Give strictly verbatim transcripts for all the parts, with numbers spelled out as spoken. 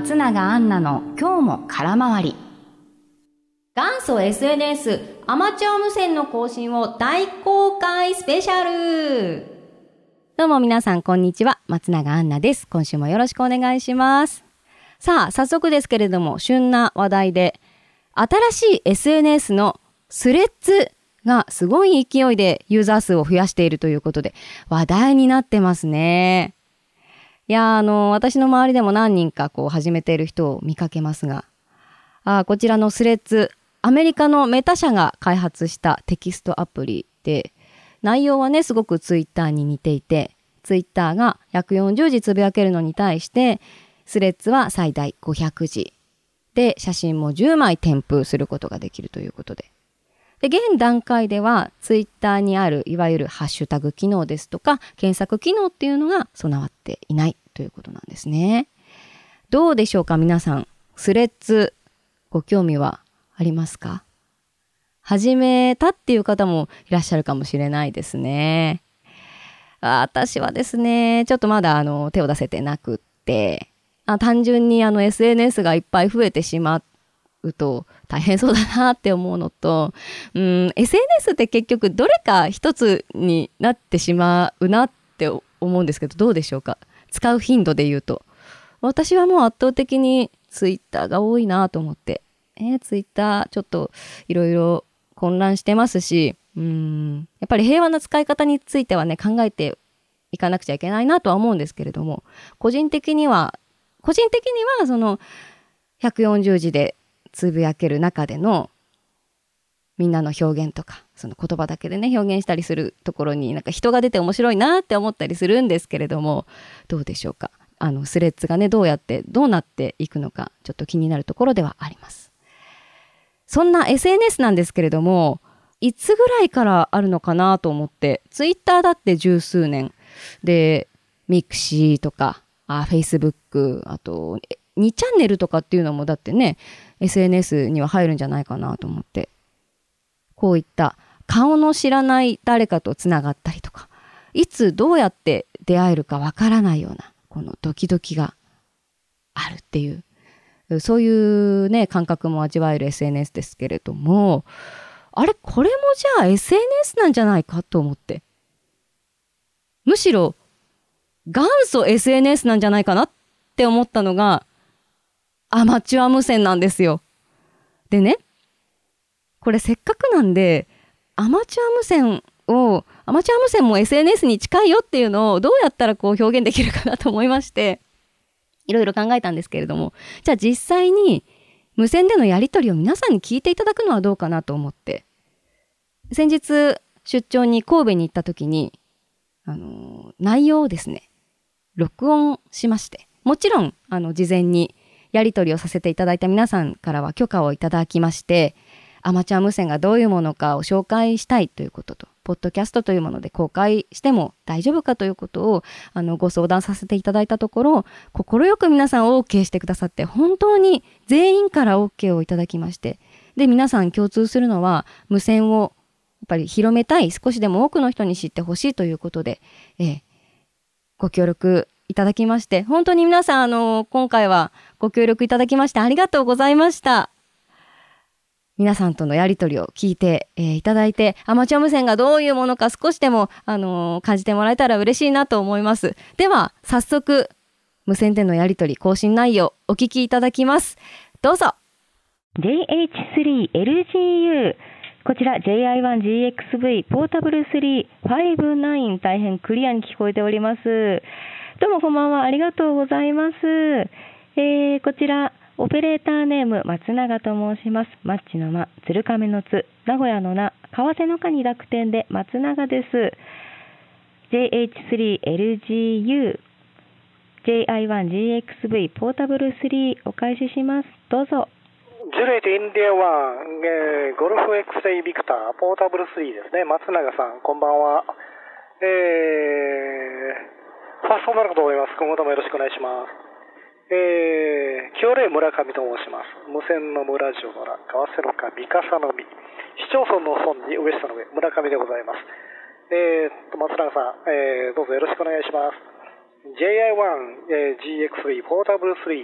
松永杏奈の今日も空回り。元祖 エスエヌエス アマチュア無線の更新を大公開スペシャル。どうも皆さんこんにちは、松永杏奈です。今週もよろしくお願いします。さあ早速ですけれども、旬な話題で新しい エスエヌエス のスレッズがすごい勢いでユーザー数を増やしているということで話題になってますね。いやあの私の周りでも何人かこう始めている人を見かけますが、あこちらのスレッズ、アメリカのメタ社が開発したテキストアプリで、内容はねすごくツイッターに似ていて、ツイッターがひゃくよんじゅうじつぶやけるのに対してスレッズは最大ごひゃくじで、写真もじゅうまい添付することができるということで、で現段階ではツイッターにあるいわゆるハッシュタグ機能ですとか検索機能っていうのが備わっていないということなんですね。どうでしょうか皆さん、スレッズご興味はありますか？始めたっていう方もいらっしゃるかもしれないですね。私はですねちょっとまだあの手を出せてなくって、あ単純にあの エスエヌエス がいっぱい増えてしまうと大変そうだなって思うのと、うん エスエヌエス って結局どれか一つになってしまうなって思うんですけど、どうでしょうか？使う頻度で言うと私はもう圧倒的にツイッターが多いなと思って、えー、ツイッターちょっといろいろ混乱してますし、うーんやっぱり平和な使い方についてはね考えていかなくちゃいけないなとは思うんですけれども、個人的には個人的にはそのひゃくよんじゅうじでつぶやける中でのみんなの表現とか、その言葉だけでね表現したりするところになんか人が出て面白いなって思ったりするんですけれども、どうでしょうか？あのスレッズがねどうやってどうなっていくのかちょっと気になるところではあります。そんな エスエヌエス なんですけれども、いつぐらいからあるのかなと思って、ツイッターだって十数年で、ミクシーとかあフェイスブック、あとにチャンネルとかっていうのもだってね エスエヌエス には入るんじゃないかなと思って、こういった顔の知らない誰かとつながったりとか、いつどうやって出会えるかわからないようなこのドキドキがあるっていう、そういうね感覚も味わえる エスエヌエス ですけれども、あれこれもじゃあ エスエヌエス なんじゃないかと思って、むしろ元祖 エスエヌエス なんじゃないかなって思ったのがアマチュア無線なんですよ。でね、これせっかくなんでアマチュア無線をアマチュア無線も エスエヌエス に近いよっていうのをどうやったらこう表現できるかなと思いまして、いろいろ考えたんですけれども、じゃあ実際に無線でのやり取りを皆さんに聞いていただくのはどうかなと思って、先日出張に神戸に行った時にあの内容をですね録音しまして、もちろんあの事前にやり取りをさせていただいた皆さんからは許可をいただきまして、アマチュア無線がどういうものかを紹介したいということと、ポッドキャストというもので公開しても大丈夫かということをあのご相談させていただいたところ、快く皆さん OK してくださって、本当に全員から OK をいただきまして、で皆さん共通するのは無線をやっぱり広めたい、少しでも多くの人に知ってほしいということで、えー、ご協力いただきまして、本当に皆さんあの今回はご協力いただきましてありがとうございました。皆さんとのやり取りを聞いて、えー、いただいて、アマチュア無線がどういうものか少しでも、あのー、感じてもらえたら嬉しいなと思います。では早速無線でのやり取り更新内容お聞きいただきます。どうぞ。 ジェイエイチスリーエルジーユー、 こちら ジェイアイワンジーエックスブイ ポータブルスリーファイブナイン、 大変クリアに聞こえております。どうもこんばんは、ありがとうございます。えー、こちらオペレーターネーム松永と申します。マッチの間、鶴亀の津、名古屋の名、為替の課に楽天で松永です。 ジェイエイチスリーエルジーユー、 ジェイアイワンジーエックスブイ ポータブルスリーお返しします。どうぞ。 ジュレットインディアワン、えー、ゴルフ X レイビクターポータブルスリーですね。松永さんこんばんは。えー、ファーストになるかと思います。今後ともよろしくお願いします。えー、清麗村上と申します。無線の村上の村、川瀬の川、三笠の実、市町村の村に上下の上、村上でございます。えーと、松永さん、えー、どうぞよろしくお願いします。ジェイアイワン、えー、ジーエックススリー ポータブルスリー、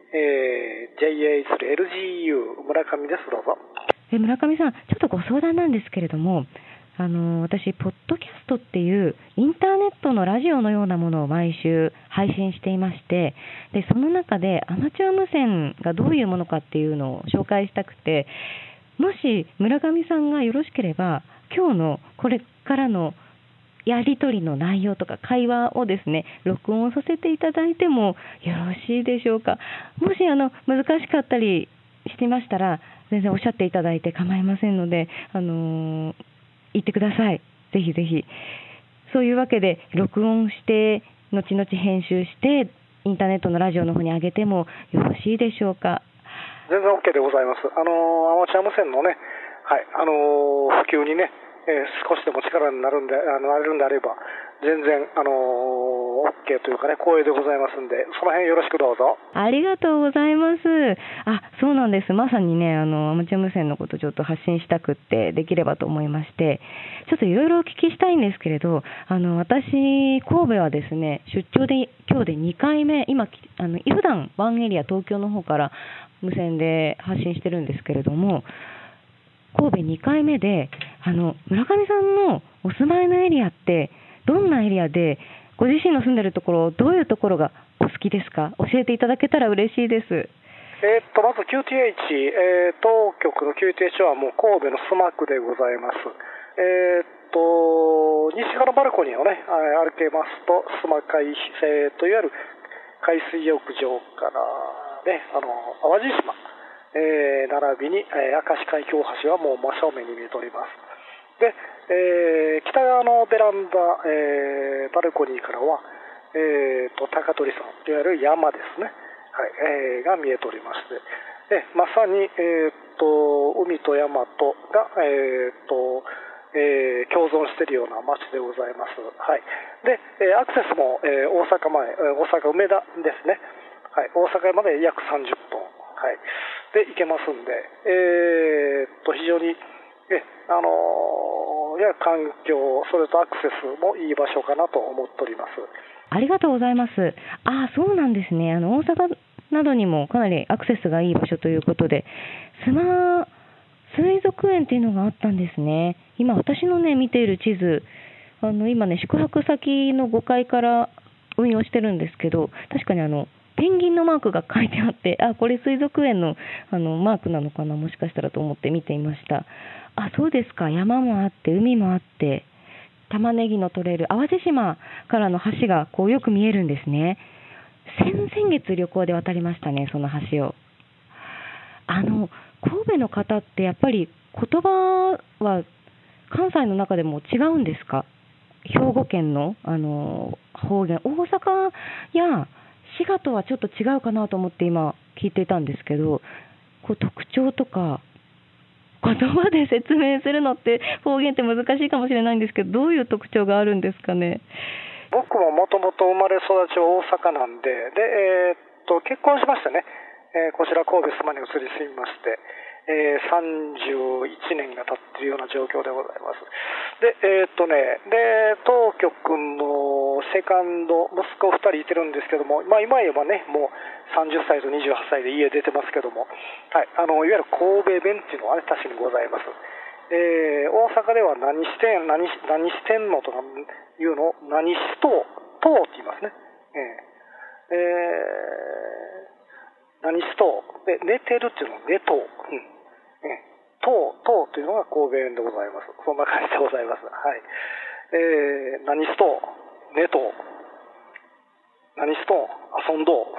えー、ジェイエイスリーエルジーユー 村上です。どうぞ。 え村上さん、ちょっとご相談なんですけれども、あの私、ポッドキャストっていうインターネットのラジオのようなものを毎週配信していまして、でその中でアマチュア無線がどういうものかっていうのを紹介したくて、もし村上さんがよろしければ、今日のこれからのやり取りの内容とか会話をですね、録音させていただいてもよろしいでしょうか。もしあの難しかったりしてましたら、全然おっしゃっていただいて構いませんので、あのー、言ってください。ぜひぜひ。そういうわけで録音して後々編集してインターネットのラジオの方に上げてもよろしいでしょうか。 全然 OK でございます。あのー、アマチュア無線のね、はい、あのー、普及にね、えー、少しでも力になるんで、あの、なれるんであれば、全然、あのー、OK というかね、光栄でございますんで、その辺よろしくどうぞ。 ありがとうございます。あ、そうなんです。まさにね、あの、アマチュア無線のことちょっと発信したくって、できればと思いまして、ちょっといろいろお聞きしたいんですけれど、あの、私、神戸はですね、出張で、今日でにかいめ、今、あの、普段、ワンエリア、東京の方から無線で発信してるんですけれども、神戸にかいめで、あの村上さんのお住まいのエリアってどんなエリアで、ご自身の住んでるところ、どういうところがお好きですか？教えていただけたら嬉しいです。 えー、っとまず キューティーエイチ、えー、当局の キューティーエイチ はもう神戸のスマックでございます。えー、っと西側のバルコニーをね歩けますとスマ海、えー、といわゆる海水浴場からね、あの淡路島、えー、並びに、えー、明石海峡大橋はもう真正面に見えております。で、えー、北側のベランダ、えー、バルコニーからは、えー、と高取山、いわゆる山ですね、はいえー、が見えておりまして、でまさに、えー、と海と山とが、えーとえー、共存しているような街でございます。はい、で、えー、アクセスも、えー、大阪前、大阪梅田ですね、はい、大阪まで約さんじゅっぷん、はい、で行けますんで、えー、と非常にえあのー、や環境、それとアクセスもいい場所かなと思っております。 ありがとうございます。ああ、そうなんですね。あの大阪などにもかなりアクセスがいい場所ということで、スマ水族園っていうのがあったんですね。今私のね見ている地図、あの今ね宿泊先のごかいから運用してるんですけど、確かにあのペンギンのマークが書いてあって、あ、これ水族園のあのマークなのかな、もしかしたらと思って見ていました。あ、そうですか。山もあって海もあって、玉ねぎの取れる淡路島からの橋がこうよく見えるんですね。先々月旅行で渡りましたね、その橋を。あの神戸の方ってやっぱり言葉は関西の中でも違うんですか？兵庫県のあの方言、大阪や滋賀とはちょっと違うかなと思って今聞いていたんですけど、こう特徴とか言葉で説明するのって方言って難しいかもしれないんですけど、どういう特徴があるんですかね？ 僕ももともと生まれ育ちは大阪なんで、で、えー、っと結婚しましてね、えー、こちら神戸スマに移り住みまして、えー、さんじゅういちねんが経っているような状況でございます。で、えー、っとね、で当局のセカンド息子ふたりいてるんですけども、まあ、今言えばねもうさんじゅっさいとにじゅうはっさいで家出てますけども、はい、あのいわゆる神戸弁っていうのはね確かにございます。えー、大阪では何してん何し何してんのとかいうのを何しとうとうって言いますね。えーえー、何しとうで寝てるっていうのを寝とう、うんえー、とうとうというのが神戸弁でございます。そんな感じでございます。はい。えー、何しとう寝とう何しとう遊んどう、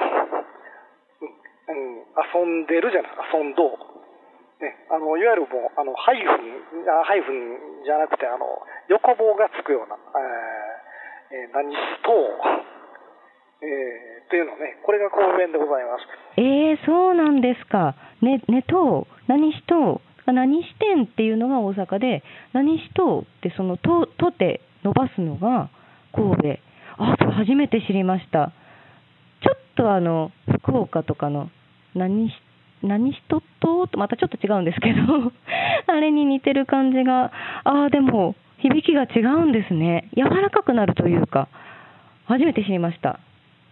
うんうん、遊んでるじゃない遊んどうね、あのいわゆるもうあのハイフンハイフンじゃなくてあの横棒がつくような、えーえー、何しとう、えー、っていうのね、これが神戸弁でございます。 えー、そうなんですか。ね、ねと何しとう何してんっていうのが大阪で、何しとうってそのととって伸ばすのが神戸。あ、そう初めて知りました。ちょっとあの福岡とかの何し何しとっととまたちょっと違うんですけどあれに似てる感じが、ああでも響きが違うんですね。柔らかくなるというか、初めて知りました。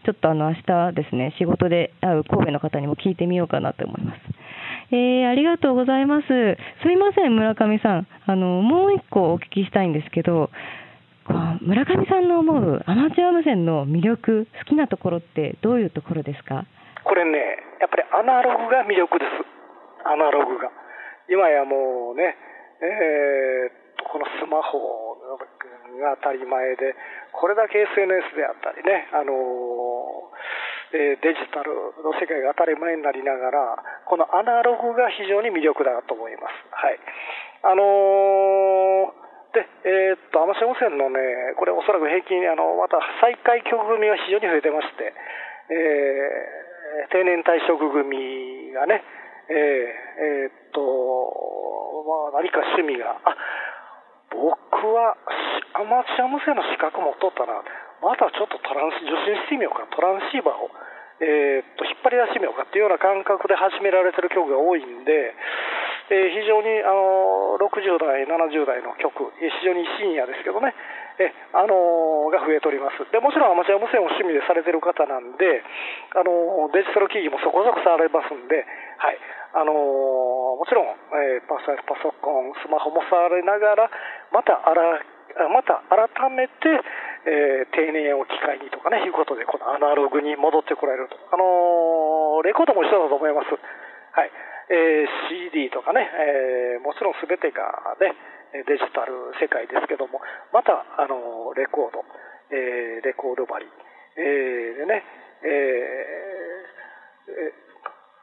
ちょっとあの明日ですね、仕事で会う神戸の方にも聞いてみようかなと思います。えー、ありがとうございます。すいません、村上さん。あの、もう一個お聞きしたいんですけど、こう村上さんの思うアマチュア無線の魅力、好きなところってどういうところですか？ これね、やっぱりアナログが魅力です。アナログが。今やもうね、えー、このスマホが当たり前で、これだけ エスエヌエス であったりね、あのー、デジタルの世界が当たり前になりながら、このアナログが非常に魅力だと思います。はい。あのーで、えー、っと、アマチュア無線のね、これおそらく平均、あの、また再開局組が非常に増えてまして、えー、定年退職組がね、えー、えー、っと、まあ、何か趣味が、あ、僕はアマチュア無線の資格持っとったら、またちょっとトランス、受信してみようか、トランシーバーを、えー、っと、引っ張り出してみようかっていうような感覚で始められてる曲が多いんで、えー、非常にあのろくじゅう代、ななじゅう代の曲、非常に深夜ですけどね、えあのー、が増えております。でもちろんアマチュア無線を趣味でされてる方なんで、あのー、デジタル機器もそこそこ触れますんで、はい、あのー、もちろん、えー、パソ、パソコン、スマホも触れながら、またあらまた改めて、えー、定年を機会にとかね、いうことで、このアナログに戻ってこられると。あのー、レコードも一緒だと思います。はい。えー、シーディー とかね、えー、もちろん全てがね、デジタル世界ですけども、また、あのー、レコード、えー、レコード針、えー、でね、えー、えー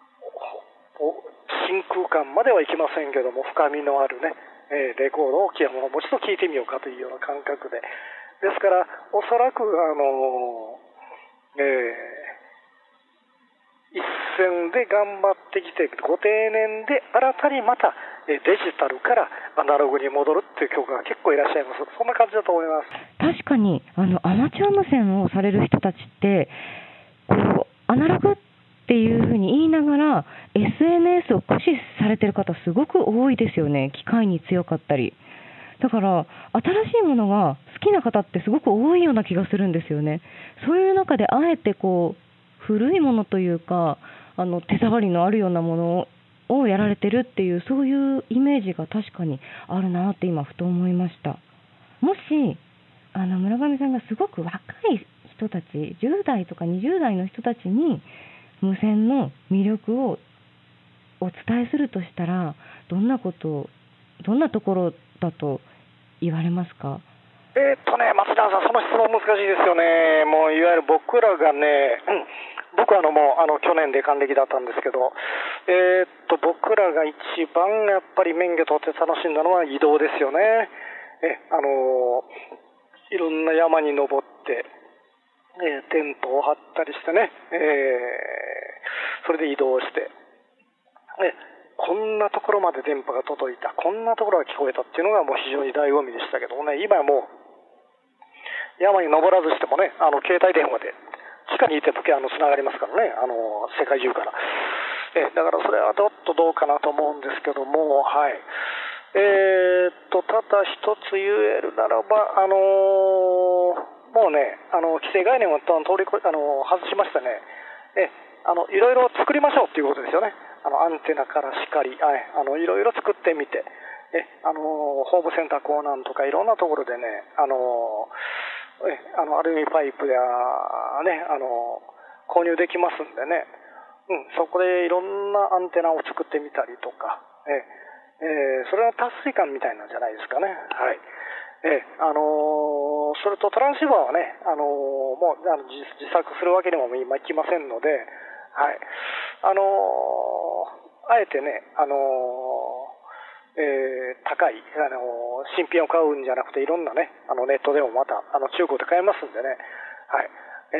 真空管まではいきませんけども、深みのあるね、えー、レコードをもう一度聴いてみようかというような感覚で、ですからおそらくあの、えー、一線で頑張ってきてご定年で新たにまたデジタルからアナログに戻るっていう曲が結構いらっしゃいます。そんな感じだと思います。 確かにあのアマチュア無線をされる人たちってこうアナログっていうふうに言いながら エスエヌエス を駆使されてる方すごく多いですよね。機械に強かったり。だから新しいものが好きな方ってすごく多いような気がするんですよね。そういう中であえてこう古いものというかあの手触りのあるようなものをやられてるっていうそういうイメージが確かにあるなって今ふと思いました。もしあの村上さんがすごく若い人たちじゅう代とかにじゅう代の人たちに無線の魅力をお伝えするとしたらどんなことどんなところだと言われますか？ えー、っとね松田さん、その質問難しいですよね。もういわゆる僕らがね、うん、僕はあのもうあの去年で還暦だったんですけど、えー、っと僕らが一番やっぱり免許取って楽しんだのは移動ですよね。えあのいろんな山に登って、えー、テントを張ったりしてね、えー、それで移動して、えこんなところまで電波が届いた、こんなところが聞こえたっていうのがもう非常に醍醐味でしたけどもね、今はもう山に登らずしてもね、あの携帯電話で地下にいてもあのつながりますからね、あの世界中から。えだからそれはどっとどうかなと思うんですけども、はい。えー、っとただ一つ言えるならば、あのー、もうね、あの既成概念を通りあの外しましてね、えあのいろいろ作りましょうっていうことですよね。あのアンテナからしかり、はい、あのいろいろ作ってみて、えあのホームセンターコーナーとかいろんなところでね、あのえあのアルミパイプやね、あの購入できますんでね、うん、そこでいろんなアンテナを作ってみたりとか、ええー、それは達成感みたいなんじゃないですかね。はい。えあのー、それとトランシーバーはね、あのー、もうあの 自, 自作するわけにも今いきませんので、はい。あのー、あえてね、あのーえー、高い、あのー、新品を買うんじゃなくて、いろんなね、あのネットでもまたあの中古で買えますんでね、はい。え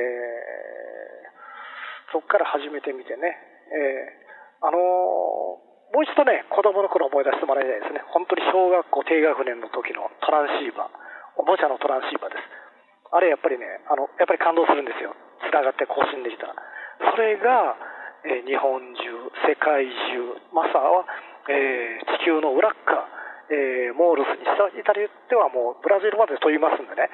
ー、そこから始めてみてね、えー、あのーもう一度ね、子供の頃思い出してもらいたいですね。本当に小学校低学年の時のトランシーバー、おもちゃのトランシーバーです。あれやっぱりね、あのやっぱり感動するんですよ。つながって更新できたら。それが、えー、日本中、世界中、まさは、えー、地球の裏っか、えー、モールスに至りってはもうブラジルまで飛びますんでね、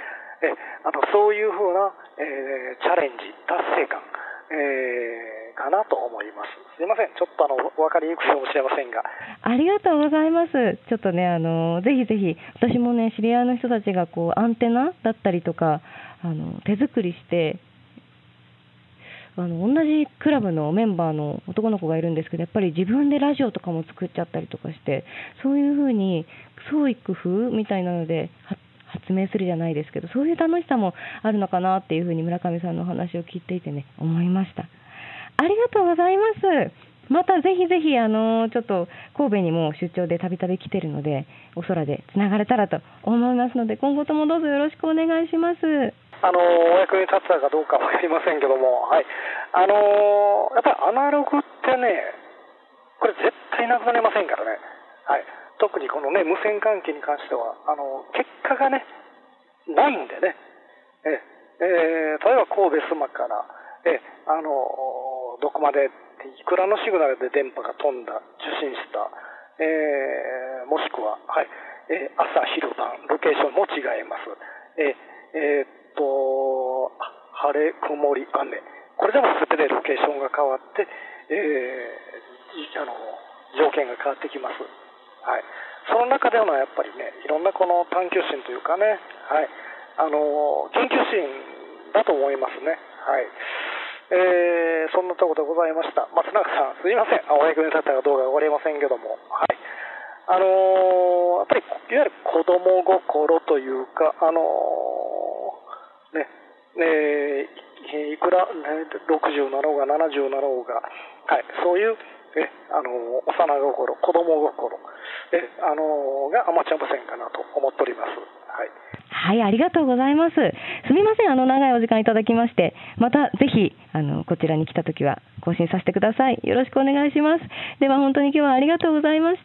えあのそういうふうな、えー、チャレンジ達成感、えー、かなと思います。すいません、ちょっとあの分かりにくいかもしれませんが。 ありがとうございます。ちょっとね、あのぜひぜひ私もね、知り合いの人たちがこうアンテナだったりとか、あの手作りしてあの同じクラブのメンバーの男の子がいるんですけど、やっぱり自分でラジオとかも作っちゃったりとかして、そういう風に創意工夫みたいなので発明するじゃないですけど、そういう楽しさもあるのかなっていう風に村上さんのお話を聞いていてね、思いました。ありがとうございます。またぜひぜひあのちょっと神戸にも出張でたびたび来てるので、お空でつながれたらと思いますので、今後ともどうぞよろしくお願いします。 あのお役に立つかどうかわかりませんけども、はい、あのやっぱりアナログってね、これ絶対なくなりませんからね。はい、特にこのね無線関係に関してはあの結果がねないんでね、ええー、例えば神戸スマからえあのどこまでいくらのシグナルで電波が飛んだ、受信した、えー、もしくは、はいえー、朝昼晩ロケーションも違います。えーえー、っと晴れ曇り雨、これでも全てロケーションが変わって、えー、あの条件が変わってきます。はい、その中でのやっぱりね、いろんなこの探求心というかね、はい、あの研究心だと思いますね。はい、えー、そんなところでございました。松永さん、すいません、お役に立ったかどうかわかりませんけども、はい、あのー、やっぱりいわゆる子供心というか、あのー、ね、ねいくら、ね、ろくじゅうなろうがななじゅうなろうが、はい、そういうえあの幼心、子供心えあのがアマチュア無線かなと思っております。はい、 はい、ありがとうございます。すみません、あの長いお時間いただきまして、またぜひあのこちらに来たときは更新させてください。よろしくお願いします。では本当に今日はありがとうございました。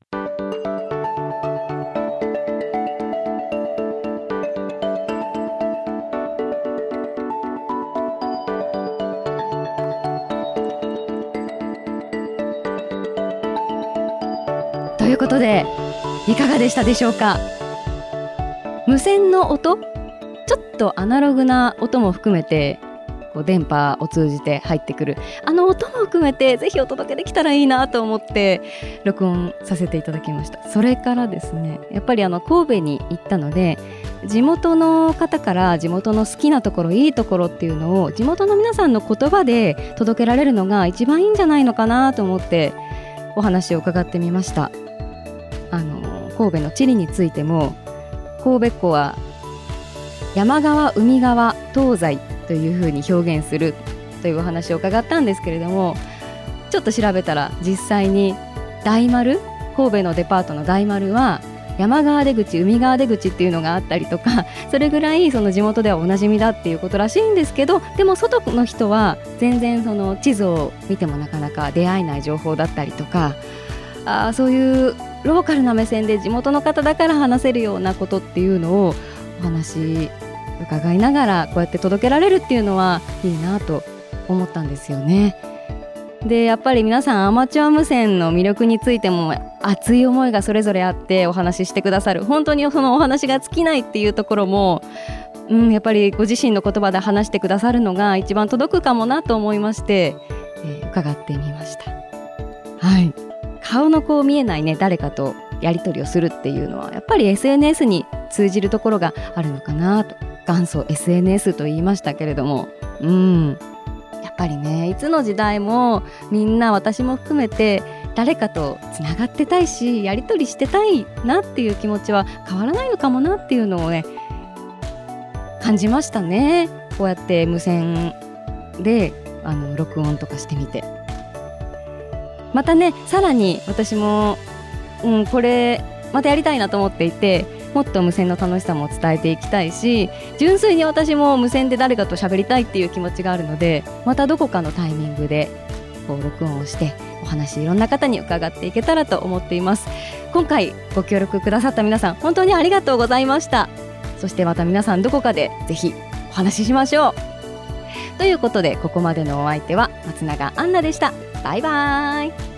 ということでいかがでしたでしょうか。無線の音、ちょっとアナログな音も含めてこう電波を通じて入ってくるあの音も含めてぜひお届けできたらいいなと思って録音させていただきました。それからですね、やっぱりあの神戸に行ったので、地元の方から地元の好きなところ、いいところっていうのを地元の皆さんの言葉で届けられるのが一番いいんじゃないのかなと思ってお話を伺ってみました。あの神戸の地理についても、神戸港は山側、海側、東西というふうに表現するというお話を伺ったんですけれども、ちょっと調べたら実際に大丸、神戸のデパートの大丸は山側出口、海側出口っていうのがあったりとか、それぐらいその地元ではおなじみだっていうことらしいんですけど、でも外の人は全然その地図を見てもなかなか出会えない情報だったりとか、あそういうローカルな目線で地元の方だから話せるようなことっていうのをお話伺いながらこうやって届けられるっていうのはいいなと思ったんですよね。でやっぱり皆さんアマチュア無線の魅力についても熱い思いがそれぞれあってお話ししてくださる。本当にそのお話が尽きないっていうところも、うん、やっぱりご自身の言葉で話してくださるのが一番届くかもなと思いまして、えー、伺ってみました。はい、顔のこう見えないね誰かとやり取りをするっていうのはやっぱり エスエヌエス に通じるところがあるのかなと。元祖 エスエヌエス と言いましたけれども、うんやっぱりね、いつの時代もみんな私も含めて誰かとつながってたいしやり取りしてたいなっていう気持ちは変わらないのかもなっていうのをね感じましたね。こうやって無線であの録音とかしてみて、またねさらに私も、うん、これまたやりたいなと思っていて、もっと無線の楽しさも伝えていきたいし、純粋に私も無線で誰かと喋りたいっていう気持ちがあるので、またどこかのタイミングでこう録音をしてお話いろんな方に伺っていけたらと思っています。今回ご協力くださった皆さん本当にありがとうございました。そしてまた皆さんどこかでぜひお話ししましょうということで、ここまでのお相手は松永杏奈でした。バイバイ。